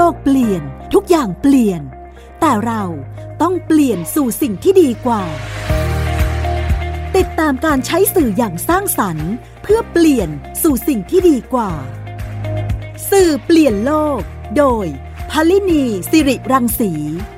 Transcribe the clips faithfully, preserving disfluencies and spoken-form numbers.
กเปลี่ยนทุกอย่างเปลี่ยนแต่เราต้องเปลี่ยนสู่สิ่งที่ดีกว่าติดตามการใช้สื่ออย่างสร้างสรรค์เพื่อเปลี่ยนสู่สิ่งที่ดีกว่าสื่อเปลี่ยนโลกโดยพลินีสิริรังสี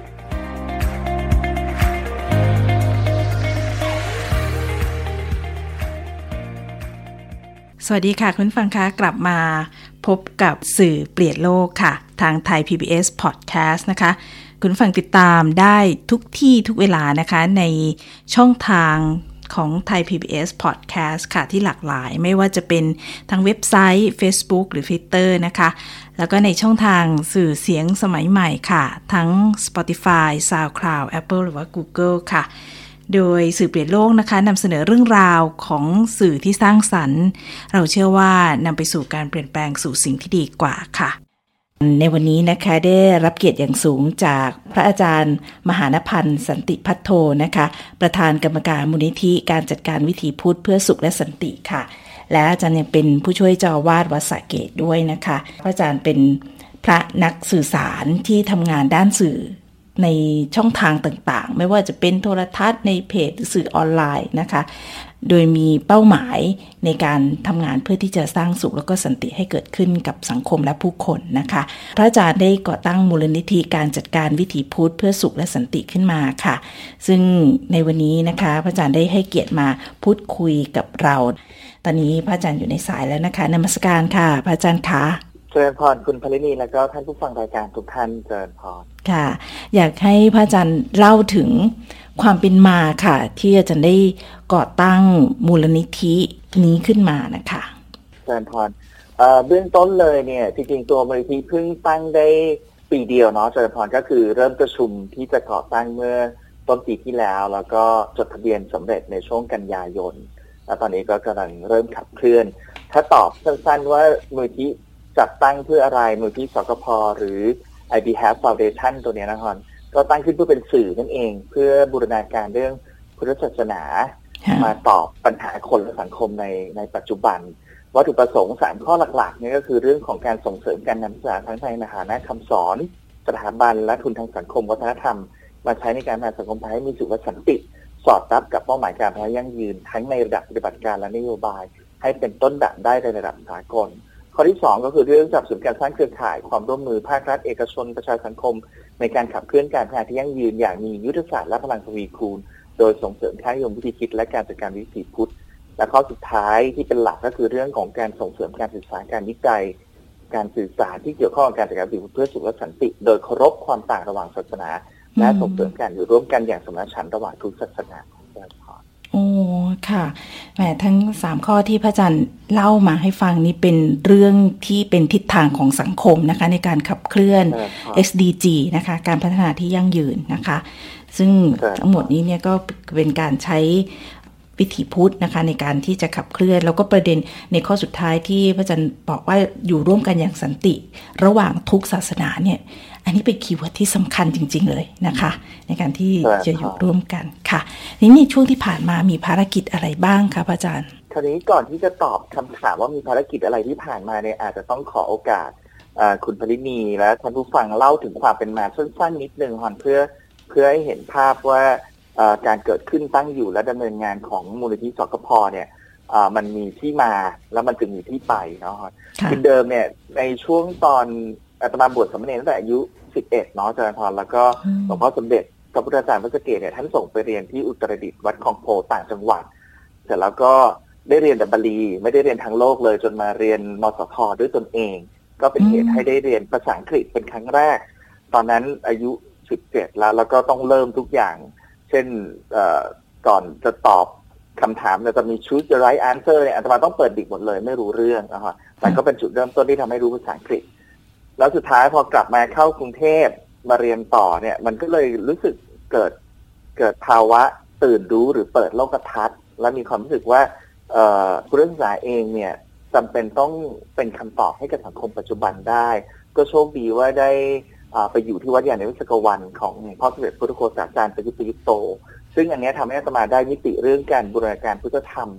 สวัสดีค่ะคุณฟังคะกลับมาพบกับสื่อเปลี่ยนโลกค่ะทางไทย พี บี เอส Podcast นะคะคุณฟังติดตามได้ทุกที่ทุกเวลานะคะในช่องทางของไทย พี บี เอส Podcast ค่ะที่หลากหลายไม่ว่าจะเป็นทางเว็บไซต์ Facebook หรือ Twitter นะคะแล้วก็ในช่องทางสื่อเสียงสมัยใหม่ค่ะทั้ง Spotify, SoundCloud, Apple หรือว่า Google ค่ะโดยสื่อเปลี่ยนโลกนะคะนำเสนอเรื่องราวของสื่อที่สร้างสรรค์เราเชื่อว่านำไปสู่การเปลี่ยนแปลงสู่สิ่งที่ดีกว่าค่ะในวันนี้นะคะได้รับเกียรติอย่างสูงจากพระอาจารย์มหานพันธ์สันติพัทโทนะคะประธานกรรมการมูลนิธิการจัดการวิถีพุทธเพื่อสุขและสันติค่ะและอาจารย์ยังเป็นผู้ช่วยเจ้าอาวาสวัดสระเกษด้วยนะคะพระอาจารย์เป็นพระนักสื่อสารที่ทำงานด้านสื่อในช่องทางต่างๆไม่ว่าจะเป็นโทรทัศน์ในเพจหรือสื่อออนไลน์นะคะโดยมีเป้าหมายในการทำงานเพื่อที่จะสร้างสุขและก็สันติให้เกิดขึ้นกับสังคมและผู้คนนะคะพระอาจารย์ได้ก่อตั้งมูลนิธิการจัดการวิถีพุทธเพื่อสุขและสันติขึ้นมาค่ะซึ่งในวันนี้นะคะพระอาจารย์ได้ให้เกียรติมาพูดคุยกับเราตอนนี้พระอาจารย์อยู่ในสายแล้วนะคะนมัสการค่ะพระอาจารย์คะเจริญพรคุณพลินีและก็ท่านผู้ฟังรายการทุกท่านเจริญพรค่ะอยากให้พระอาจารย์เล่าถึงความเป็นมาค่ะที่อาจารย์ได้ก่อตั้งมูลนิธินี้ขึ้นมานะคะเจริญพรเอ่อเบื้องต้นเลยเนี่ยจริงๆตัวมูลนิธิเพิ่งตั้งได้ปีเดียวเนาะเจริญพรก็คือเริ่มประชุมที่จะก่อตั้งเมื่อต้นปีที่แล้วแล้วก็จดทะเบียนสำเร็จในช่วงกันยายนแล้วตอนนี้ก็กำลังเริ่มขับเคลื่อนถ้าตอบสั้นๆว่ามูลนิธิจัดตั้งเพื่ออะไรมูลที่สกพ.หรือ I B H A V Foundation ตัวนี้นะครับก็ตั้งขึ้นเพื่อเป็นสื่อนั่นเองเพื่อบูรณาการเรื่องพุทธศาสนา yeah. มาตอบปัญหาคนและสังคมในในปัจจุบันวัตถุประสงค์สามข้อหลักๆนี่ก็คือเรื่องของการส่งเสริมการนำศึกษาทั้งในฐานะคำสอนสถาบันและทุนทางสังคมวัฒนธรรมมาใช้ในการพัฒนาสังคมไทยให้มีสุขและสันติสอดรับกับเป้าหมายการพัฒนายั่งยืนทั้งในระดับปฏิบัติการและนโยบายให้เป็นต้นแบบได้ในระดับสากลข้อที่สองก็คือเรื่องสนับสนุนการสร้างเครือข่ายความร่วมมือภาครัฐเอกชนประชาสังคมในการขับเคลื่อนการพัฒนาที่ยั่งยืนอย่างมียุทธศาสตร์และพลังทวีคูณโดยส่งเสริมค่านิยมวิธีคิดและการจัดการวิถีพุทธและข้อสุดท้ายที่เป็นหลักก็คือเรื่องของการส่งเสริมการศึกษาการวิจัยการสื่อสารที่เกี่ยวข้องกับการจัดการวิถีพุทธเพื่อสุขและสันติโดยเคารพความต่างระหว่างศาสนาและส่งเสริมการอยู่ร่วมกันอย่างสมณฉันท์ระหว่างทุกศาสนาโอ้ค่ะแหมทั้งสามข้อที่พระอาจารย์เล่ามาให้ฟังนี้เป็นเรื่องที่เป็นทิศทางของสังคมนะคะในการขับเคลื่อน เอส ดี จี นะคะการพัฒนาที่ยั่งยืนนะคะซึ่งทั้งหมดนี้เนี่ยก็เป็นการใช้วิถีพุทธนะคะในการที่จะขับเคลื่อนแล้วก็ประเด็นในข้อสุดท้ายที่พระอาจารย์บอกว่าอยู่ร่วมกันอย่างสันติระหว่างทุกศาสนาเนี่ยอันนี้เป็นคีย์เวิร์ดที่สำคัญจริงๆเลยนะคะในการที่จะอยู่ร่วมกันค่ะนี้ในช่วงที่ผ่านมามีภารกิจอะไรบ้างคะพระอาจารย์คราวนี้ก่อนที่จะตอบคำถามว่ามีภารกิจอะไรที่ผ่านมาเนี่ยอาจจะต้องขอโอกาสคุณพลินีและท่านผู้ฟังเล่าถึงความเป็นมาสั้นๆนิดนึงก่อนเพื่อเพื่อให้เห็นภาพว่าการเกิดขึ้นตั้งอยู่และดำเนินงานของมูลนิธิสกพ.เนี่ยมันมีที่มาแล้วมันจึงมีที่ไปเนาะคือเดิมเนี่ยในช่วงตอนอาตมาบวชสามเณรตั้งแต่อายุสิบเอ็ดเนาะอาจารย์พรแล้วก็หลวงพ่อสมเด็จพระพุทธาจารย์วัดสระเกษเนี่ยท่านส่งไปเรียนที่อุตรดิตถ์วัดคลองโพต่างจังหวัดเสร็จแล้วก็ได้เรียนแต่บาลีไม่ได้เรียนทางโลกเลยจนมาเรียนมสทด้วยตนเองก็เป็นเหตุให้ได้เรียนภาษาอังกฤษเป็นครั้งแรกตอนนั้นอายุสิบเจ็ดแล้วแล้วก็ต้องเริ่มทุกอย่างเช่นก่อนจะตอบคำถามจะมี choose the right answer เนี่ยอาตมาต้องเปิดดิกหมดเลยไม่รู้เรื่องนะครับแต่ก็เป็นจุดเริ่มต้นที่ทำให้รู้ภาษาอังกฤษแล้วสุดท้ายพอกลับมาเข้ากรุงเทพมาเรียนต่อเนี่ยมันก็เลยรู้สึกเกิดเกิดภาวะตื่นรู้หรือเปิดโลกทัศน์และมีความรู้สึกว่าพุทธศาสนาเองเนี่ยจำเป็นต้องเป็นคำตอบให้กับสังคมปัจจุบันได้ก็โชคดีว่าได้ไปอยู่ที่วัดยานวิสกวันของพ่อสมเด็จพระพุทธโฆษาจารย์ประยุทธ์ประยุทธ์โตซึ่งอันนี้ทำให้อาตมาได้มิติเรื่องการบูรณาการพุทธธรรม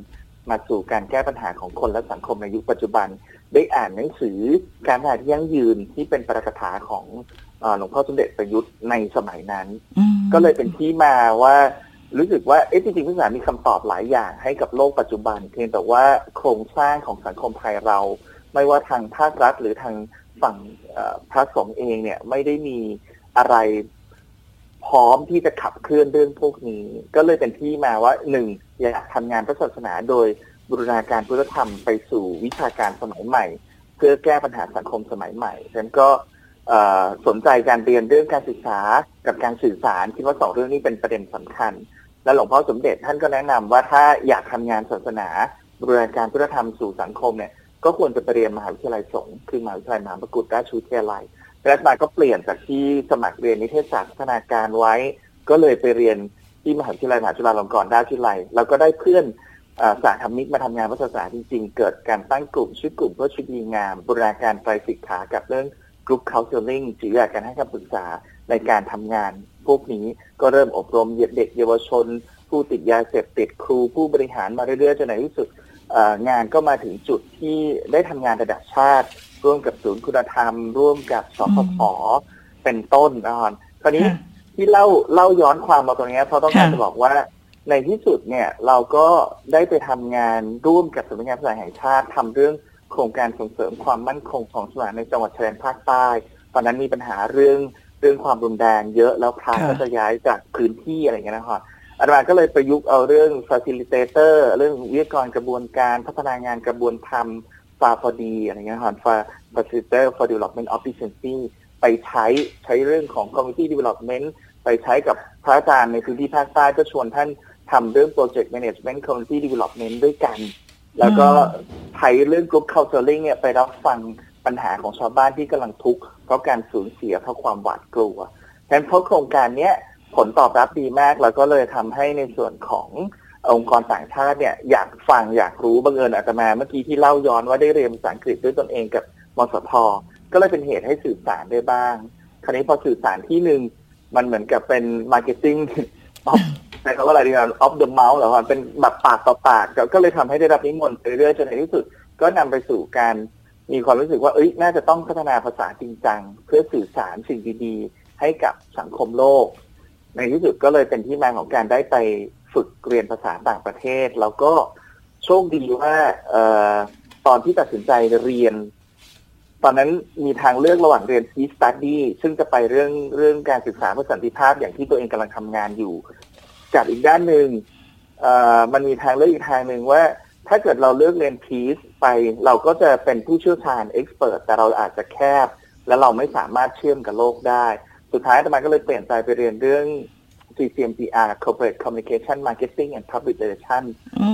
มาสู่การแก้ปัญหาของคนและสังคมในยุคปัจจุบันได้อ่านหนังสือการพัฒนาที่ยั่งยืนที่เป็นปาฐกถาของหลวงพ่อสมเด็จประยุทธ์ในสมัยนั้นก็เลยเป็นที่มาว่ารู้สึกว่าเอ๊ะจริงๆพุทธศาสนามีคำตอบหลายอย่างให้กับโลกปัจจุบันเพียงแต่ว่าโครงสร้างของสังคมไทยเราไม่ว่าทางภาครัฐหรือทางฝั่งพระสงฆ์เองเนี่ยไม่ได้มีอะไรพร้อมที่จะขับเคลื่อนเรื่องพวกนี้ก็เลยเป็นที่มาว่าหนึ่งอยากทำงานพระศาสนาโดยบูรณาการพุทธธรรมไปสู่วิชาการสมัยใหม่เพื่อแก้ปัญหาสังคมสมัยใหม่ฉะนั้นก็สนใจการเรียนเรื่องการศึกษากับการสื่อสารคิดว่าสองเรื่องนี้เป็นประเด็นสำคัญและหลวงพ่อสมเด็จท่านก็แนะนำว่าถ้าอยากทำงานศาสนาบูรณาการพุทธธรรมสู่สังคมเนี่ยก็ควรจะไปเรียนมหาวิทยาลัยสงฆ์คือมหาวิทยาลัยมหามกุฏราชวิทยาลัยรัฐบาลก็เปลี่ยนจากที่สมัครเรียนนิเทศศาสตร์พัฒนาการไว้ก็เลยไปเรียนที่มหาวิทยาลัยมหาจุฬาลงกรณราชวิทยาลัยแล้วก็ได้เพื่อนสาธมิกมาทำงานพระศาสนาจริงๆเกิดการตั้งกลุ่มชื่อกลุ่มเพื่อชีวิตดีงามบูรณาการไตรสิกขากับเรื่องกลุ่ม counseling จิตวิทยาการให้คำปรึกษาในการทำงานพวกนี้ก็เริ่มอบรมเด็กเยาวชนผู้ติดยาเสพติดครูผู้บริหารมาเรื่อยๆจนในที่สุดงานก็มาถึงจุดที่ได้ทำงานระดับชาติร่วมกับศูนย์คุณธรรมร่วมกับสพทเป็นต้นนะครับคราวนี้ที่เล่าเล่าย้อนความมาตรงนี้เพราะต้องการจะบอกว่าในที่สุดเนี่ยเราก็ได้ไปทำงานร่วมกับสำนักงานพระศาสนาแห่งชาติทำเรื่องโครงการส่งเสริมความมั่นคงของศาสนาในจังหวัดชายแดนภาคใต้ตอนนั้นมีปัญหาเรื่องเรื่องความรุนแรงเยอะแล้วพระก็จะย้ายจากพื้นที่อะไรอย่างเงี้ยนะครับอาจารย์ก็เลยประยุกต์เอาเรื่อง facilitator เรื่องวิทยากรกระบวนการพัฒนางานกระบวนธรรมฟาพอดีอะไรเงี้ยครับ facilitator for development of efficiency ไปใช้ใช้เรื่องของ community development ไปใช้กับพระอาจารย์ในพื้นที่ภาคใต้ก็ชวนท่านทำเรื่อง project management community development ด้วยกันแล้วก็ใช้เรื่อง group counseling เนี่ยไปรับฟังปัญหาของชาวบ้านที่กำลังทุกข์เพราะการสูญเสียเพราะความหวาดกลัวฉะนั้นเพราะโครงการนี้ผลตอบรับดีมากแล้วก็เลยทำให้ในส่วนขององค์กรต่างชาติเนี่ยอยากฟังอยากรู้บังเอิญอาตมาเมื่อกี้ที่เล่าย้อนว่าได้เรียนภาษาอังกฤษด้วยตนเองกับมสท.ก็เลยเป็นเหตุให้สื่อสารได้บ้างคราวนี้พอสื่อสารที่หนึ่งมันเหมือนกับเป็น marketing ใช้คำว่าอะไรดีครับ off the mouth หรอครับเป็นแบบปากต่อปากก็เลยทำให้ได้รับนิมนต์ไปเรื่อยจนในที่สุดก็นำไปสู่การมีความรู้สึกว่าเอ้ยน่าจะต้องพัฒนาภาษาจริงจังเพื่อสื่อสารสิ่งดีๆให้กับสังคมโลกในที่สุดก็เลยเป็นที่มาของการได้ไปฝึกเรียนภาษาต่างประเทศแล้วก็โชคดีว่าเอ่อตอนที่ตัดสินใจเรียนตอนนั้นมีทางเลือกระหว่างเรียน Peace Study ซึ่งจะไปเรื่องเรื่องการศึกษาเพื่อสันติภาพอย่างที่ตัวเองกำลังทำงานอยู่กับอีกด้านหนึ่งเอ่อมันมีทางเลือกอีกทางหนึ่งว่าถ้าเกิดเราเลือกเรียน Peace ไปเราก็จะเป็นผู้เชี่ยวชาญ expert แต่เราอาจจะแคบและเราไม่สามารถเชื่อมกับโลกได้สุดท้ายอาตมาก็เลยเปลี่ยนใจไปเรียนเรื่อง ซี ซี เอ็ม พี อาร์ Corporate Communication Marketing and Public Relations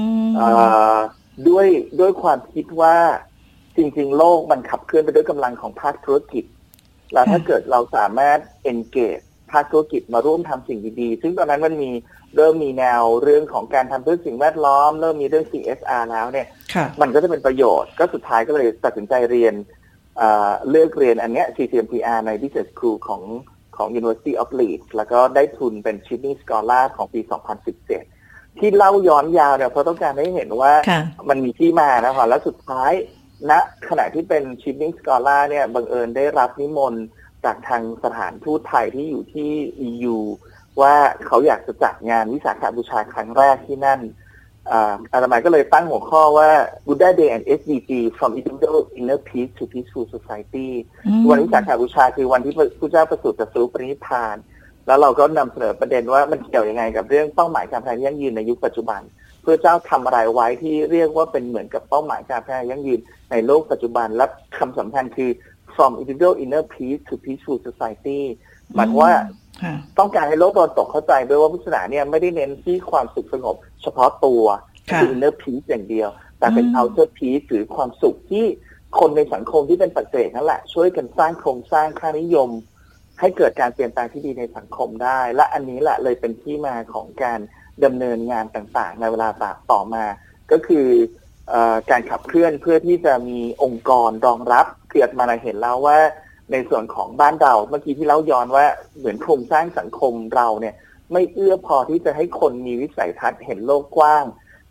ด้วยด้วยความคิดว่าจริงๆโลกมันขับเคลื่อนไปด้วยกำลังของภาคธุรกิจแล้วถ้าเกิดเราสามารถ engage ภาคธุรกิจมาร่วมทำสิ่งดีๆซึ่งตอนนั้นมันมีเริ่มมีแนวเรื่องของการทำเพื่อสิ่งแวดล้อมเริ่มมีเรื่อง ซี เอส อาร์ แล้วเนี่ยมันก็จะเป็นประโยชน์ก็สุดท้ายก็เลยตัดสินใจเรียนเลือกเรียนอันเนี้ย ซี ซี เอ็ม พี อาร์ ใน Business School ของของ University of Leeds แล้วก็ได้ทุนเป็น Shining Scholar ของปี สองพันสิบเจ็ด ที่เล่าย้อนยาวเนี่ยเพราะต้องการให้เห็นว่ามันมีที่มานะคะแล้วสุดท้ายณขณะที่เป็น Shining Scholar เนี่ยบังเอิญได้รับนิมนต์จากทางสถานทูตไทยที่อยู่ที่ อี ยู ว่าเขาอยากจะจัดงานวิสาขบูชาครั้งแรกที่นั่นอาตมาก็เลยตั้งหัวข้อว่า Buddha Day and เอส ดี จี from individual inner peace to peaceful society วันวิสาขบูชาคือวันที่พระเจ้าประสูติตรัสรู้ปรินิพพานแล้วเราก็นำเสนอประเด็นว่ามันเกี่ยวยังไงกับเรื่องเป้าหมายการพัฒนายั่งยืนในยุคปัจจุบันพระเจ้าทำอะไรไว้ที่เรียกว่าเป็นเหมือนกับเป้าหมายการพัฒนายั่งยืนในโลกปัจจุบันและคำสำคัญคือ from individual inner peace to peaceful society หมายว่าต้องการให้โลกตะวันตกเข้าใจด้วยว่าพุทธศาสนาเนี่ยไม่ได้เน้นที่ความสุขสงบเฉพาะตัวคือ inner peace อย่างเดียวแต่เป็น outer peace หรือความสุขที่คนในสังคมที่เป็นปัจเจกนั่นแหละช่วยกันสร้างโครงสร้างค่านิยมให้เกิดการเปลี่ยนแปลงที่ดีในสังคมได้และอันนี้แหละเลยเป็นที่มาของการดำเนินงานต่างๆในเวลาต่อมาก็คือการขับเคลื่อนเพื่อที่จะมีองค์กรรองรับเกิดมาเราเห็นแล้วว่าในส่วนของบ้านเราเมื่อกี้ที่เล่าย้อนว่าเหมือนโครงสร้างสังคมเราเนี่ยไม่เอื้อพอที่จะให้คนมีวิสัยทัศน์เห็นโลกกว้าง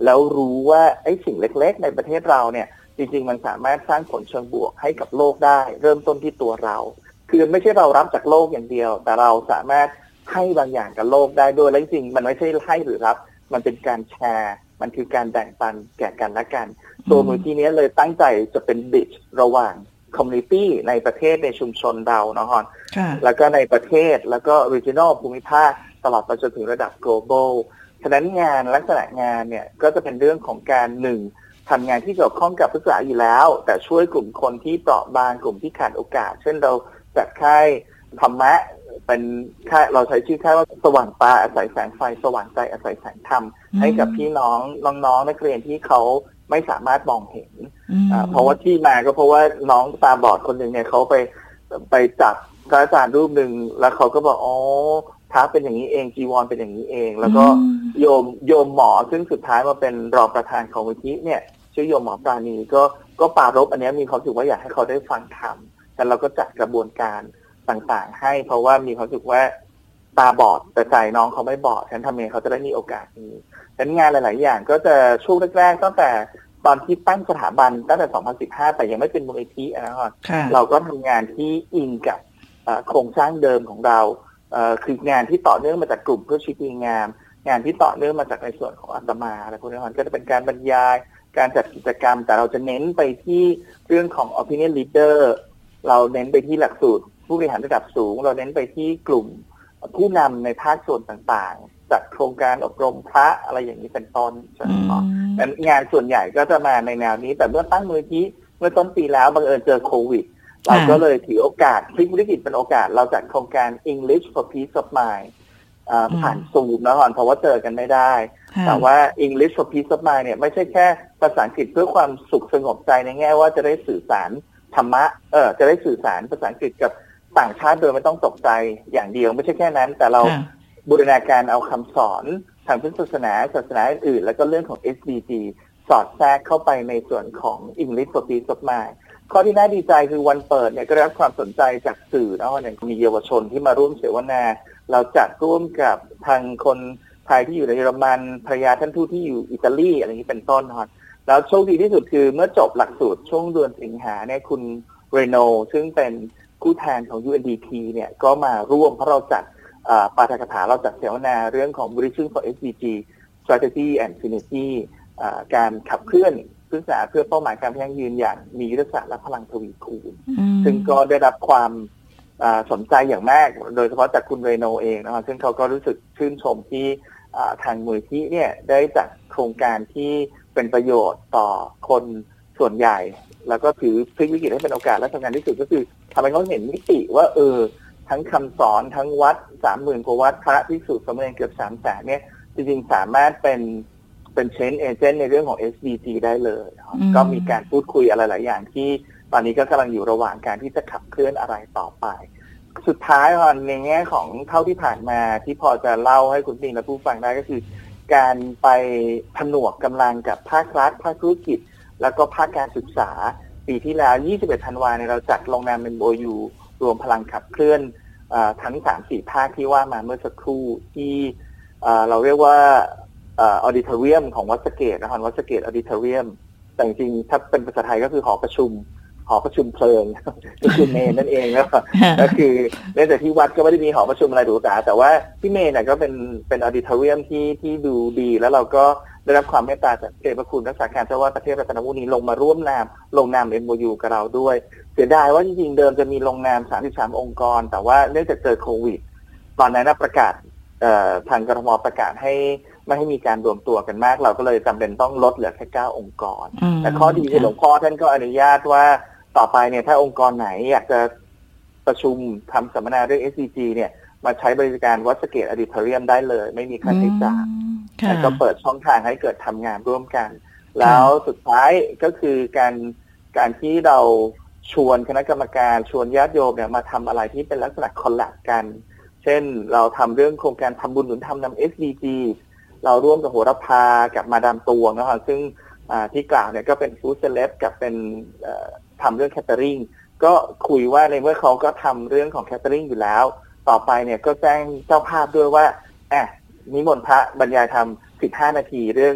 แล้วรู้ว่าไอ้สิ่งเล็กๆในประเทศเราเนี่ยจริงๆมันสามารถสร้างผลเชิงบวกให้กับโลกได้เริ่มต้นที่ตัวเราคือไม่ใช่เรารับจากโลกอย่างเดียวแต่เราสามารถให้บางอย่างกับโลกได้ด้วยและจริงๆมันไม่ใช่ให้หรือรับมันเป็นการแชร์มันคือการแบ่งปันแก่กันและกันตัวมูลที่นี้เลยตั้งใจจะเป็นบริดจ์ระหว่างคอมมูนิตี้ในประเทศในชุมชนเราเนาะฮะแล้วก็ในประเทศแล้วก็ regional ภูมิภาคตลอดไปจนถึงระดับ global ฉะนั้นงานลักษณะงานเนี่ยก็จะเป็นเรื่องของการหนึ่งทำงานที่เกี่ยวข้องกับศึกษาอยู่แล้วแต่ช่วยกลุ่มคนที่เปราะบางกลุ่มที่ขาดโอกาสเช่นเราจัดค่ายธรรมะเป็นค่ายเราใช้ชื่อค่ายว่าสว่างตาอาศัยแสงไฟสว่างใจอาศัยแสงธรรมให้กับพี่น้องน้องๆนักเรียนที่เขาไม่สามารถมองเห็นเพราะว่าที่มาก็เพราะว่าน้องตาบอดคนหนึ่งเนี่ยเขาไปไปจับพระอาจารย์รูปหนึ่งแล้วเขาก็บอกอ๋อพระเป็นอย่างนี้เองจีวรเป็นอย่างนี้เองแล้วก็โยมโยมหมอซึ่งสุดท้ายมาเป็นรองประธานของมูลนิธิเนี่ยชื่อโยมหมอปราณีก็ก็ปรารภอันนี้มีความรู้สึกว่าอยากให้เขาได้ฟังธรรมแต่เราก็จัดกระบวนการต่างๆให้เพราะว่ามีความรู้สึกว่าตาบอดแต่ใจน้องเขาไม่บอดฉะนั้นทำยังไงเขาจะได้มีโอกาสนี้ฉะนั้นงานหลายๆอย่างก็จะช่วงแรกๆตั้งแต่ตอนที่ตั้งสถาบันตั้งแต่สองพันสิบห้าแต่ยังไม่เป็นมูลนิธินะครับเราก็ทำงานที่อิงกับโครงสร้างเดิมของเราคืองานที่ต่อเนื่องมาจากกลุ่มเพื่อชีวิตดีงามงานที่ต่อเนื่องมาจากในส่วนของอาตมาอะไรพวกนี้ก็จะเป็นการบรรยายการจัดกิจกรรมแต่เราจะเน้นไปที่เรื่องของ opinion leader เราเน้นไปที่หลักสูตรผู้บริหารระดับสูงเราเน้นไปที่กลุ่มผู้นำในภาคส่วนต่างๆจัดโครงการอบรมพระอะไรอย่างนี้เป็นต้นใช่ไหมครับงานส่วนใหญ่ก็จะมาในแนวนี้แต่เมื่อตั้งมูลนิธิเมื่อต้นปีแล้วบังเอิญเจอโควิดเราก็เลยถือโอกาสพลิกวิกฤตเป็นโอกาสเราจัดโครงการ English for Peace of Mind ผ่านซูมนะก่อนเพราะว่าเจอกันไม่ได้แต่ว่า English for Peace of Mind เนี่ยไม่ใช่แค่ภาษาอังกฤษเพื่อความสุขสงบใจในแง่ว่าจะได้สื่อสารธรรมะเออจะได้สื่อสารภาษาอังกฤษกับต่างชาติโดยไม่ต้องตกใจอย่างเดียวไม่ใช่แค่นั้นแต่เราบูรณาการเอาคำสอนทางพุทธศาสนาศาสนาอื่นๆแล้วก็เรื่องของ เอส ดี จี สอดแทรกเข้าไปในส่วนของ English for Peace of Mind ข้อที่น่าดีใจคือวันเปิดเนี่ยก็ได้รับความสนใจจากสื่อนะอย่างมีเยาวชนที่มาร่วมเสวนาเราจัดร่วมกับทางคนไทยที่อยู่ในเยอรมันภรรยาท่านทูตที่อยู่อิตาลีอะไรอย่างนี้เป็นต้นครับแล้วโชคดีที่สุดคือเมื่อจบหลักสูตรช่วงเดือนสิงหาเนี่ยคุณเรโนซึ่งเป็นผู้แทนของ ยู เอ็น ดี พี เนี่ยก็มาร่วมเพราะเราจัดปาฐกถาเราจัดเสวนาเรื่องของ Vision for เอส ดี จี Strategy and Synergy การขับเคลื่อนศึกษาเพื่อเป้าหมายการยั่งยืนอย่างมียุทธศาสตร์และพลังทวีคูณซึ่งก็ได้รับความสนใจอย่างมากโดยเฉพาะจากคุณเรโนเองนะครับซึ่งเขาก็รู้สึกชื่นชมที่ทางมูลนิธิเนี่ยได้จัดโครงการที่เป็นประโยชน์ต่อคนส่วนใหญ่แล้วก็ถือพลิกวิกฤตให้เป็นโอกาสและทำงานที่สุดก็คือทำให้เขาเห็นมิติว่าเออทั้งคำสอนทั้งวัดสามหมื่นกว่าวัดพระภิกษุสามเณรเกือบสามแสนเนี่ยจริงๆสามารถเป็นเป็นเชนเอเจนต์ในเรื่องของ เอส ดี จี ได้เลยก็มีการพูดคุยอะไรหลายอย่างที่ตอนนี้ก็กำลังอยู่ระหว่างการที่จะขับเคลื่อนอะไรต่อไปสุดท้ายในแง่ของเท่าที่ผ่านมาที่พอจะเล่าให้คุณปิงและผู้ฟังได้ก็คือการไปผนวกกำลังกับภาครัฐภาคธุรกิจแล้วก็ภาคการศึกษาปีที่แล้วยี่สิบเอ็ดธันวาคมเราจัดลงนาม เอ็ม โอ ยู รวมพลังขับเคลื่อนทั้ง สามสี่ ภาคที่ว่ามาเมื่อสักครู่ที่เราเรียกว่าออดิทอเรียมของวัดสะเกษนะครับวัดสะเกษออดิทอเรียมแต่จริงๆถ้าเป็นภาษาไทยก็คือหอประชุมหอประชุมเพลิงก็คือเมนนั่นเองแล้วก็คือเนื่องจากที่วัดก็ไม่ได้มีหอประชุมอะไรหรูหราแต่ว่าที่เมนน่ะก็เป็นเป็นออดิทอเรียมที่ที่ดูดีแล้วเราก็ได้รับความเมตตาจากเจ้าพระคุณรักษาการเจ้าว่าประเทศรัตนบุรีลงมาร่วมนามลงนาม เอ็ม โอ ยู กับเราด้วยเสียดายว่าจริงๆเดิมจะมีลงนามสามสิบสามองค์กรแต่ว่าเนื่องจากเจอโควิดตอนนั้นประกาศทางกทมประกาศให้ไม่ให้มีการรวมตัวกันมากเราก็เลยจำเป็นต้องลดเหลือแค่เก้าองค์กรแต่ข้อดีคือหลวงพ่อท่านก็อนุญาตว่าต่อไปเนี่ยถ้าองค์กรไหนอยากจะประชุมทำสัมมนาเรื่อง เอส ดี จี เนี่ยมาใช้บริการวัดสะเกษออดิทอเรียมได้เลยไม่มีค่าใช้จ่ายแล้วก็เปิดช่องทางให้เกิดทำงานร่วมกันแล้วสุดท้ายก็คือการการที่เราชวนคณะกรรมการชวนญาติโยมเนี่ยมาทำอะไรที่เป็นลักษณะคอลแลบกันเช่นเราทำเรื่องโครงการทำบุญหนุนธรรมนำ เอส ดี จี เราร่วมกับโหระพากับมาดามตวงนะครับซึ่งที่กล่าวเนี่ยก็เป็นฟู้ดเซเลบกับเป็นทำเรื่องแคตเตอริงก็คุยว่าในเมื่อเขาก็ทำเรื่องของแคตเตอริงอยู่แล้วต่อไปเนี่ยก็แจ้งเจ้าภาพด้วยว่าอ่ะนิมนต์พระบรรยายธรรมสิบห้านาทีเรื่องเกี่ยว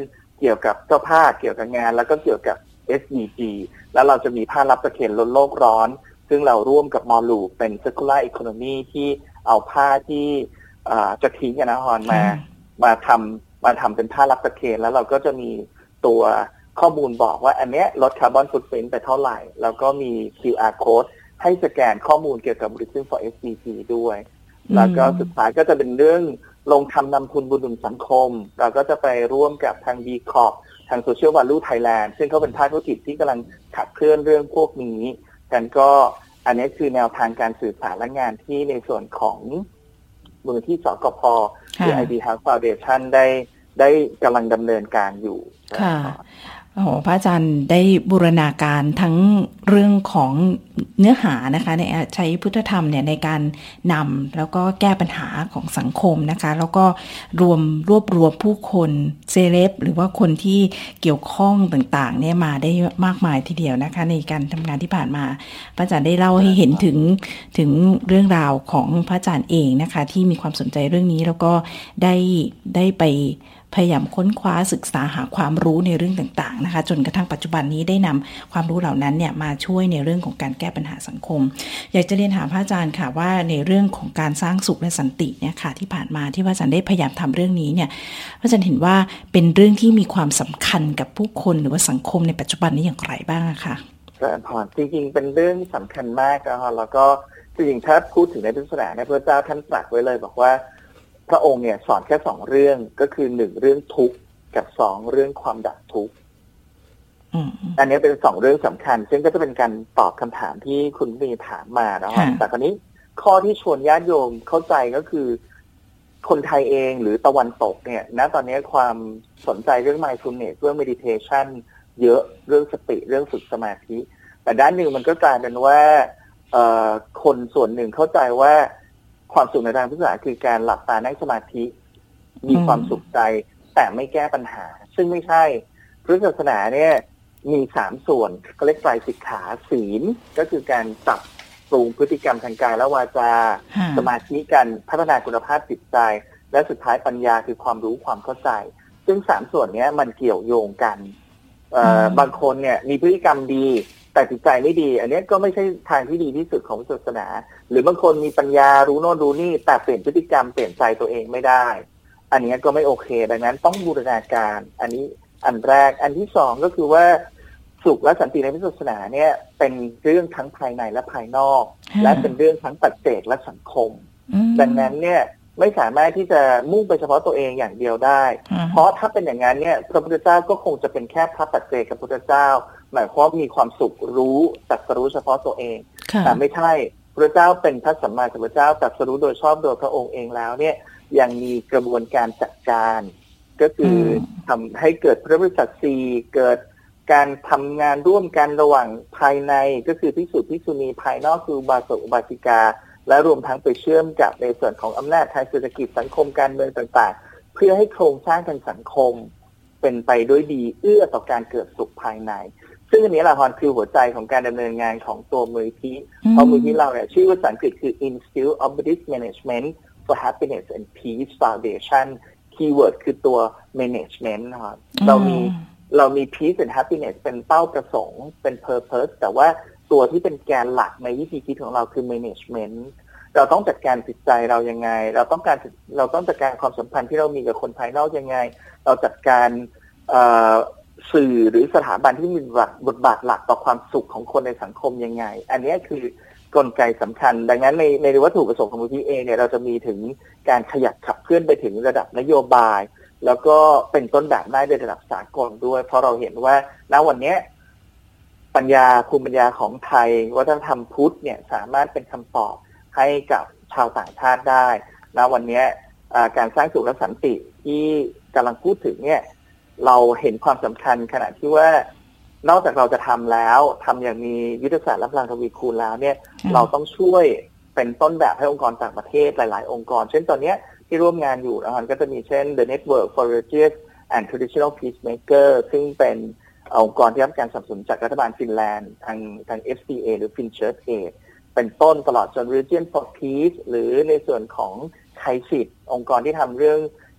กี่ยวกับเจ้าภาพเกี่ยวกับงานแล้วก็เกี่ยวกับ เอส ดี จี แล้วเราจะมีภาพลับตะเข็นลดโลกร้อนซึ่งเราร่วมกับมอลลูเป็น Circular Economy ที่เอาผ้าที่จะทิ้งกันนะฮอนมามาทำมาทำเป็นผ้าลับตะเข็นแล้วเราก็จะมีตัวข้อมูลบอกว่าอันเนี้ยลดคาร์บอนฟุตพริ้นท์ไปเท่าไหร่แล้วก็มี คิว อาร์ Code ให้สแกนข้อมูลเกี่ยวกับ Business for เอส ดี จี ด้วยแล้วก็สุดท้ายก็จะเป็นเรื่องลงทำนำทุนบุญหนุนสังคมเราก็จะไปร่วมกับทาง B Corp ทาง Social Value Thailand ซึ่งเขาเป็นภาคธุรกิจที่กำลังขับเคลื่อนเรื่องพวกนี้กันก็อันนี้คือแนวทางการสื่อสารและงานที่ในส่วนของมูลนิธิสกพ.ที่ ไอ ดี House Foundation ได้ได้กำลังดำเนินการอยู่ค่ะโอ้โหพระอาจารย์ได้บูรณาการทั้งเรื่องของเนื้อหานะคะในใช้พุทธธรรมเนี่ยในการนำแล้วก็แก้ปัญหาของสังคมนะคะแล้วก็รวมรวบรวมผู้คนเซเลบหรือว่าคนที่เกี่ยวข้องต่างๆเนี่ยมาได้มากมายทีเดียวนะคะในการทำงานที่ผ่านมาพระอาจารย์ได้เล่าให้เห็นถึงถึงเรื่องราวของพระอาจารย์เองนะคะที่มีความสนใจเรื่องนี้แล้วก็ได้ได้ไปพยายามค้นคว้าศึกษาหาความรู้ในเรื่องต่างๆนะคะจนกระทั่งปัจจุบันนี้ได้นำความรู้เหล่านั้นเนี่ยมาช่วยในเรื่องของการแก้ปัญหาสังคมอยากจะเรียนถามพระอาจารย์ค่ะว่าในเรื่องของการสร้างสุขและสันติเนี่ยค่ะที่ผ่านมาที่พระอาจารย์ได้พยายามทำเรื่องนี้เนี่ยพระอาจารย์เห็นว่าเป็นเรื่องที่มีความสำคัญกับผู้คนหรือว่าสังคมในปัจจุบันนี้อย่างไรบ้างคะพอจริงๆเป็นเรื่องสำคัญมากนะคะแล้วก็จริงๆถ้าพูดถึงในพุทธศาสนาเนี่ยพระเจ้าท่านตรัสไว้เลยบอกว่าพระองค์เนี่ยสอนแค่สองเรื่องก็คือหนึ่งเรื่องทุกข์กับสองเรื่องความดับทุกข์อันนี้เป็นสองเรื่องสำคัญซึ่งก็จะเป็นการตอบคำถามที่คุณมีถามมานะครับแต่คราวนี้ข้อที่ชวนญาติโยมเข้าใจก็คือคนไทยเองหรือตะวันตกเนี่ยณตอนนี้ความสนใจเรื่อง mindfulness เรื่อง meditation เยอะเรื่องสติเรื่องฝึกสมาธิแต่ด้านหนึ่งมันก็กลายเป็นว่าคนส่วนหนึ่งเข้าใจว่าความสุขในทางพุทธศาสนาคือการหลับตานั่งสมาธิมีความสุขใจแต่ไม่แก้ปัญหาซึ่งไม่ใช่พุทธศาสนาเนี่ยมีสามส่วนก็เรียกไตรสิกขาศีลก็คือการปรับปรุงพฤติกรรมทางกายและวาจาสมาธิการพัฒนาคุณภาพจิตใจและสุดท้ายปัญญาคือความรู้ความเข้าใจซึ่งสามส่วนนี้มันเกี่ยวโยงกันบางคนเนี่ยมีพฤติกรรมดีแต่จิตใจไม่ดีอันนี้ก็ไม่ใช่ทางที่ดีที่สุดของศาสนาหรือบางคนมีปัญญารู้โน่นรู้นี่แต่เปลี่ยนพฤติกรรมเปลี่ยนใจตัวเองไม่ได้อันนี้ก็ไม่โอเคดังนั้นต้องบูรณาการอันนี้อันแรกอันที่สองก็คือว่าสุขและสันติในพุทธศาสนาเนี่ยเป็นเรื่องทั้งภายในและภายนอกและเป็นเรื่องทั้งปัจเจกและสังคมดังนั้นเนี่ยไม่สามารถที่จะมุ่งไปเฉพาะตัวเองอย่างเดียวได้เพราะถ้าเป็นอย่างนั้นเนี่ยพระพุทธเจ้าก็คงจะเป็นแค่พระปัจเจกพระพุทธเจ้าหมายความมีความสุขรู้ตรัสรู้เฉพาะตัวเองแต่ไม่ใช่พระเจ้าเป็นพระสัมมาสัมพุทธเจ้าตรัสรู้โดยชอบโดยพระองค์เองแล้วเนี่ยยังมีกระบวนการจัดการก็คือทำให้เกิดพระบริษัทซีเกิดการทำงานร่วมกันระหว่างภายในก็คือภิกษุภิกษุณีภายนอกคืออุบาสกอุบาสิกาและรวมทั้งไปเชื่อมกับในส่วนของอำนาจทางเศรษฐกิจสังคมการเมืองต่างๆเพื่อให้โครงสร้างทางสังคมเป็นไปด้วยดีเอื้อต่อการเกิดสุขภายในซึ่งอันนี้แหละฮอนคือหัวใจของการดำเนินงานของตัวมูลนิธิเพราะมูลนิธิเราเนี่ยชื่อภาษาอังกฤษคือ Institute of Buddhist Management for Happiness and Peace Foundation คีย์เวิร์ดคือตัว management นะครับเรามีเรามี peace and happiness เป็นเป้าประสงค์เป็น purpose แต่ว่าตัวที่เป็นแกนหลักในวิธีคิดของเราคือ management เราต้องจัดการจิตใจเรายังไงเราต้องการเราต้องจัดการความสัมพันธ์ที่เรามีกับคนภายนอกยังไงเราจัดการสื่อหรือสถาบันที่มีบทบาทหลักต่อความสุขของคนในสังคมยังไงอันนี้คือกลไกสำคัญดังนั้นในในวัตถุประสงค์ของมูลนิธิเองเนี่ยเราจะมีถึงการขยับขับเคลื่อนไปถึงระดับนโยบายแล้วก็เป็นต้นแบบได้ในระดับสากลด้วยเพราะเราเห็นว่าณวันนี้ปัญญาภูมิปัญญาของไทยวัฒนธรรมพุทธเนี่ยสามารถเป็นคำตอบให้กับชาวต่างชาติได้ณวันนี้การสร้างสุขและสันติที่กำลังพูดถึงเนี่ยเราเห็นความสำคัญขณะที่ว่านอกจากเราจะทำแล้วทำอย่างมียุทธศาสตร์และพลังทวีคูณแล้วเนี่ยเราต้องช่วยเป็นต้นแบบให้องค์กรต่างประเทศหลายๆองค์กรเช่นตอนนี้ที่ร่วมงานอยู่นะครับก็จะมีเช่น The Network for Religious and Traditional Peacemaker ซึ่งเป็นองค์กรที่รับการสนับสนุนจากรัฐบาลฟินแลนด์ทางทาง เอฟ ซี เอ หรือ FinChurch Aid เป็นต้นตลอดจน Religion for Peace หรือในส่วนของไทยสิทธิ์องค์กรที่ทำเรื่อง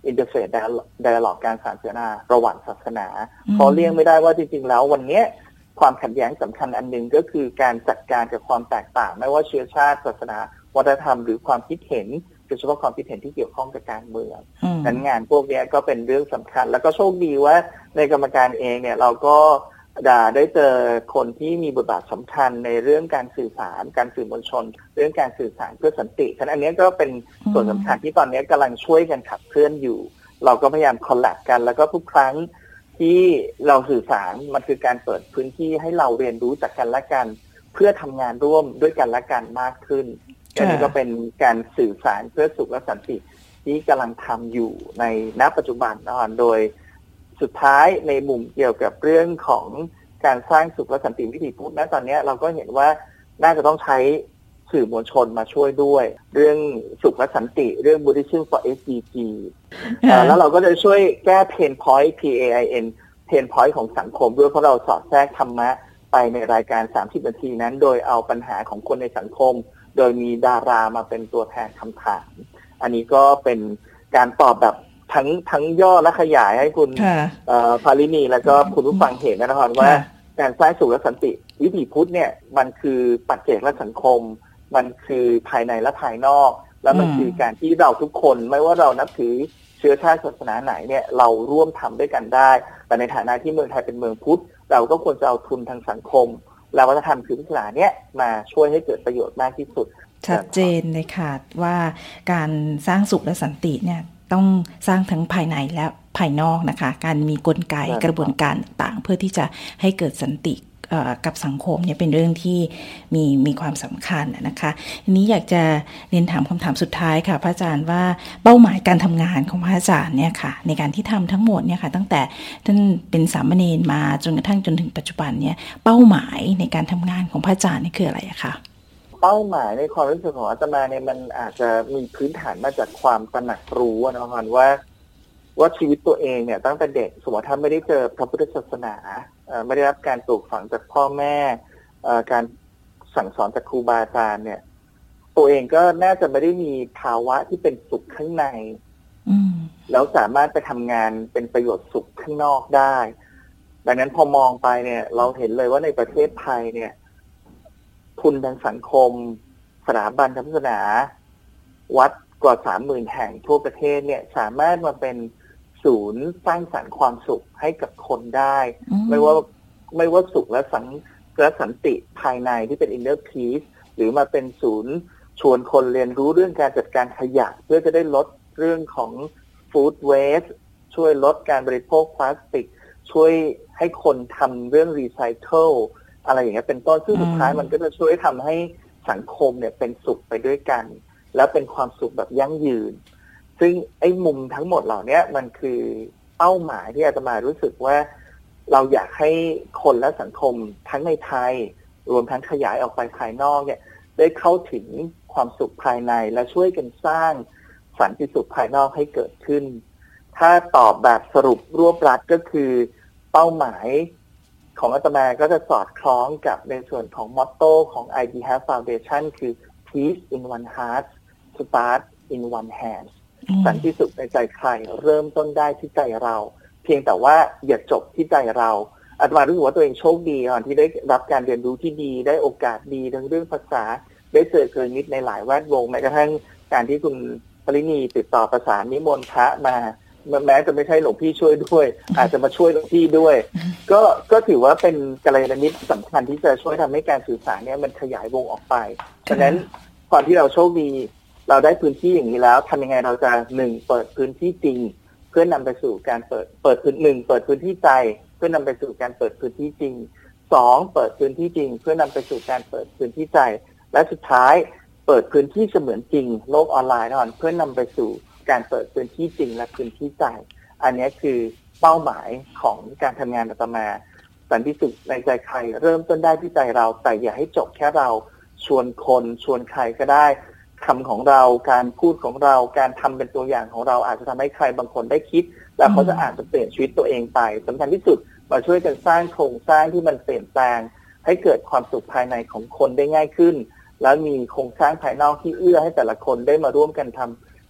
interfaith dialogue การสนทนาระหว่างศาสนาเพราะเลี่ยงไม่ได้ว่าจริงๆแล้ววันนี้ความขัดแย้งสำคัญอันหนึ่งก็คือการจัดการกับความแตกต่างไม่ว่าเชื้อชาติศาสนาวัฒนธรรมหรือความคิดเห็นโดยเฉพาะความคิดเห็นที่เกี่ยวข้องกับการเมืองนั้นงานพวกนี้ก็เป็นเรื่องสำคัญแล้วก็โชคดีว่าในกรรมการเองเนี่ยเราก็ได้เจอคนที่มีบทบาทสำคัญในเรื่องการสื่อสารการสื่อมวลชนเรื่องการสื่อสารเพื่อสันติฉะนั้นอันนี้ก็เป็นส่วนสำคัญที่ตอนนี้กำลังช่วยกันขับเคลื่อนอยู่เราก็พยายามคอลแลบกันแล้วก็ทุกครั้งที่เราสื่อสารมันคือการเปิดพื้นที่ให้เราเรียนรู้จากกันและกันเพื่อทำงานร่วมด้วยกันและกันมากขึ้นอันนี้ก็เป็นการสื่อสารเพื่อสุขและสันติที่กำลังทำอยู่ในณปัจจุบันนะโดยสุดท้ายในมุมเกี่ยวกับเรื่องของการสร้างสุขและสันติวิถีพุทธนะตอนนี้เราก็เห็นว่าน่าจะต้องใช้สื่อมวลชนมาช่วยด้วยเรื่องสุขและสันติเรื่อง Buddhism for เอส ดี จี แล้วเราก็จะช่วยแก้ pain point P A I N pain point ของสังคมด้วยเพราะเราสอดแทรกธรรมะไปในรายการสามสิบนาทีนั้นโดยเอาปัญหาของคนในสังคมโดยมีดารามาเป็นตัวแทนคำถามอันนี้ก็เป็นการตอบแบบทั้งทั้งย่อและขยายให้คุณพาลินีแล้วก็คุณผู้ฟังเห็นนะครับว่าการสร้างสุขและสันติวิถีพุทธเนี่ยมันคือปัจเจกและสังคมมันคือภายในและภายนอกแล้วมันคือการที่เราทุกคนไม่ว่าเรานับถือเชื้อชาติศาสนาไหนเนี่ยเราร่วมทำด้วยกันได้แต่ในฐานะที่เมืองไทยเป็นเมืองพุทธเราก็ควรจะเอาทุนทางสังคมและวัฒนธรรมคือศาสนาเนี่ยมาช่วยให้เกิดประโยชน์มากที่สุดชัดเจนเลยค่ะว่าการสร้างสุขและสันติเนี่ยต้องสร้างทั้งภายในและภายนอกนะคะการมีกลไกกระบวนการต่างเพื่อที่จะให้เกิดสันติกับสังคมเนี่ยเป็นเรื่องที่มีมีความสำคัญนะคะทีนี้อยากจะเรียนถามคำถามสุดท้ายค่ะพระอาจารย์ว่าเป้าหมายการทำงานของพระอาจารย์เนี่ยค่ะในการที่ทำทั้งหมดเนี่ยค่ะตั้งแต่ท่านเป็นสามเณรมาจนกระทั่งจนถึงปัจจุบันเนี่ยเป้าหมายในการทำงานของพระอาจารย์นี่คืออะไรคะเป้าหมายในความรู้สึกของอาตมาเนี่ยมันอาจจะมีพื้นฐานมาจากความตระหนักรู้นะครับว่าว่าชีวิตตัวเองเนี่ยตั้งแต่เด็กสมมติถ้าไม่ได้เจอพระพุทธศาสนาไม่ได้รับการปลูกฝังจากพ่อแม่การสั่งสอนจากครูบาอาจารย์เนี่ยตัวเองก็น่าจะไม่ได้มีภาวะที่เป็นสุขข้างในแล้วสามารถไปทำงานเป็นประโยชน์สุขข้างนอกได้ดังนั้นพอมองไปเนี่ยเราเห็นเลยว่าในประเทศไทยเนี่ยทุนทางสังคมสถาบันศาสนาวัดกว่าสามหมื่นแห่งทั่วประเทศเนี่ยสามารถมาเป็นศูนย์สร้างสรรค์ความสุขให้กับคนได้ไม่ว่าไม่ว่าสุขและสังและสันติภายในที่เป็น inner peace หรือมาเป็นศูนย์ชวนคนเรียนรู้เรื่องการจัดการขยะเพื่อจะได้ลดเรื่องของ food waste ช่วยลดการบริโภคพลาสติกช่วยให้คนทำเรื่อง recycle อะไรอย่างเงี้ยเป็นต้นซึ่งสุดท้ายมันก็จะช่วยทำให้สังคมเนี่ยเป็นสุขไปด้วยกันแล้วเป็นความสุขแบบยั่งยืนซึ่งไอ้มุมทั้งหมดเหล่านี้มันคือเป้าหมายที่อาตมารู้สึกว่าเราอยากให้คนและสังคมทั้งในไทยรวมทั้งขยายออกไปภายนอกเนี่ยได้เข้าถึงความสุขภายในและช่วยกันสร้างสันติสุขภายนอกให้เกิดขึ้นถ้าตอบแบบสรุปรวบรัดก็คือเป้าหมายของอาตมาก็จะสอดคล้องกับในส่วนของมอตโต้ของ ไอ ดี Have Foundation คือ Peace in one heart Start in one hand สันติสุขในใจใครเริ่มต้นได้ที่ใจเราเพียงแต่ว่าอย่าจบที่ใจเราอาตมารู้สึกว่าตัวเองโชคดีตอนที่ได้รับการเรียนรู้ที่ดีได้โอกาสดีทั้งเรื่องภาษาได้เจอเกินนิดในหลายแวดวงแม้กระทั่งการที่คุณปรินีติดต่อประสานนิมนต์พระมาแม้จะไม่ใช่หลวงพี่ช่วยด้วยอาจจะมาช่วยหลวงพี่ด้วยก็ก็ถือว่าเป็นกัลยาณมิตรสำคัญที่จะช่วยทำให้การสื่อสารเนี่ยมันขยายวงออกไปฉะนั้นความที่เราโชคดีเราได้พื้นที่อย่างนี้แล้วทำยังไงเราจะหนึ่งเปิดพื้นที่จริงเพื่อนำไปสู่การเปิดเปิดพื้นหนึ่งเปิดพื้นที่ใจเพื่อนำไปสู่การเปิดพื้นที่จริงสองเปิดพื้นที่จริงเพื่อนำไปสู่การเปิดพื้นที่ใจและสุดท้ายเปิดพื้นที่เสมือนจริงโลกออนไลน์นั่นเพื่อนำไปสู่การเปิดพื้นที่จริงและพื้นที่ใจอันนี้คือเป้าหมายของการทำงานอาตมาสันติสุขในใจใครเริ่มต้นได้ที่ใจเราแต่อย่าให้จบแค่เราชวนคนชวนใครก็ได้คำของเราการพูดของเราการทำเป็นตัวอย่างของเราอาจจะทำให้ใครบางคนได้คิดแล้วเขาจะอาจจะเปลี่ยนชีวิตตัวเองไปสำคัญที่สุดมาช่วยกันสร้างโครงสร้างที่มันเปลี่ยนแปลงให้เกิดความสุขภายในของคนได้ง่ายขึ้นแล้วมีโครงสร้างภายนอกที่เอื้อให้แต่ละคนได้มาร่วมกันทำ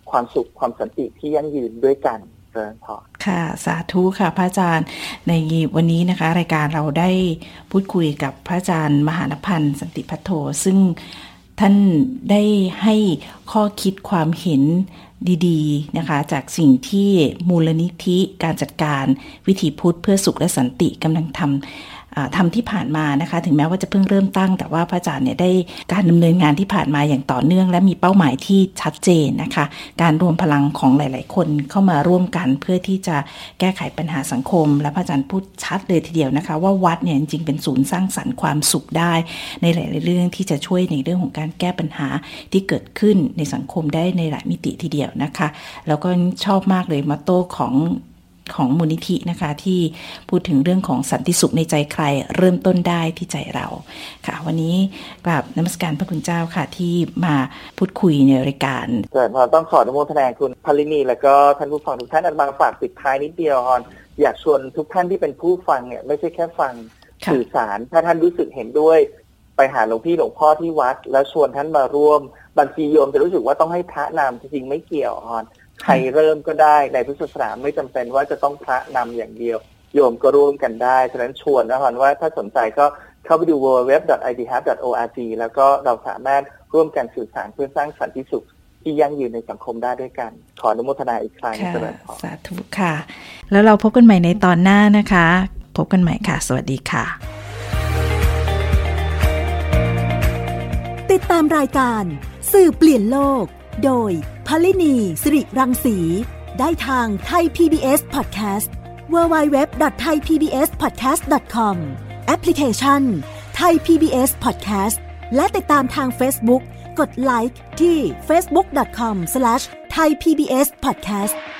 ความสุขความสันติที่ยั่งยืนด้วยกันเจริญพรค่ะสาธุค่ะพระอาจารย์ในวันนี้นะคะรายการเราได้พูดคุยกับพระอาจารย์มหานพันธ์สันติพัทโทซึ่งท่านได้ให้ข้อคิดความเห็นดีๆนะคะจากสิ่งที่มูลนิธิการจัดการวิถีพุทธเพื่อสุขและสันติกำลังทำทำที่ผ่านมานะคะถึงแม้ว่าจะเพิ่งเริ่มตั้งแต่ว่าพระอาจารย์เนี่ยได้การดำเนินงานที่ผ่านมาอย่างต่อเนื่องและมีเป้าหมายที่ชัดเจนนะคะการรวมพลังของหลายๆคนเข้ามาร่วมกันเพื่อที่จะแก้ไขปัญหาสังคมและพระอาจารย์พูดชัดเลยทีเดียวนะคะว่าวัดเนี่ยจริงๆเป็นศูนย์สร้างสรรค์ความสุขได้ในหลายๆเรื่องที่จะช่วยในเรื่องของการแก้ปัญหาที่เกิดขึ้นในสังคมได้ในหลายมิติทีเดียวนะคะแล้วก็ชอบมากเลยมอตโต้ของของมูลนิธินะคะที่พูดถึงเรื่องของสันติสุขในใจใครเริ่มต้นได้ที่ใจเราค่ะวันนี้กราบนมัสการพระคุณเจ้าค่ะที่มาพูดคุยในรายการเกิดพอต้องขออนุโมทนาคุณพลินีแล้วก็ท่านผู้ฟังทุกท่านอันบางฝากปิดท้ายนิดเดียวฮอนอยากชวนทุกท่านที่เป็นผู้ฟังเนี่ยไม่ใช่แค่ฟังสื่อสารถ้าท่านรู้สึกเห็นด้วยไปหาหลวงพี่หลวงพ่อที่วัดแล้วชวนท่านมาร่วมบางทีโยมจะรู้สึกว่าต้องให้พระนำจริงๆไม่เกี่ยวฮอนใครเริ่มก็ได้ในพุทธศาสนาไม่จำเป็นว่าจะต้องพระนำอย่างเดียวโยมก็ร่วมกันได้ฉะนั้นชวนนะฮะว่าถ้าสนใจก็เข้าไปดู ดับเบิลยู ดับเบิลยู ดับเบิลยู ดอท ไอ ดี ฮับ ดอท โอ อาร์ จี แล้วก็เราสามารถร่วมกันสื่อสารเพื่อสร้างสันติสุขที่ยั่งยืนในสังคมได้ด้วยกันขออนุโมทนาอีกครั้งค่ะสาธุค่ะแล้วเราพบกันใหม่ในตอนหน้านะคะพบกันใหม่ค่ะสวัสดีค่ะติดตามรายการสื่อเปลี่ยนโลกโดยพลินีสิริรังสีได้ทางไทย พี บี เอส Podcast ดับเบิลยู ดับเบิลยู ดับเบิลยู ดอท ไทย พี บี เอส พอดแคสต์ ดอท คอม แอปพลิเคชัน Thai พี บี เอส Podcast และติดตามทาง Facebook กดไลค์ที่ เฟซบุ๊ก ดอท คอม สแลช ไทย พี บี เอส พอดแคสต์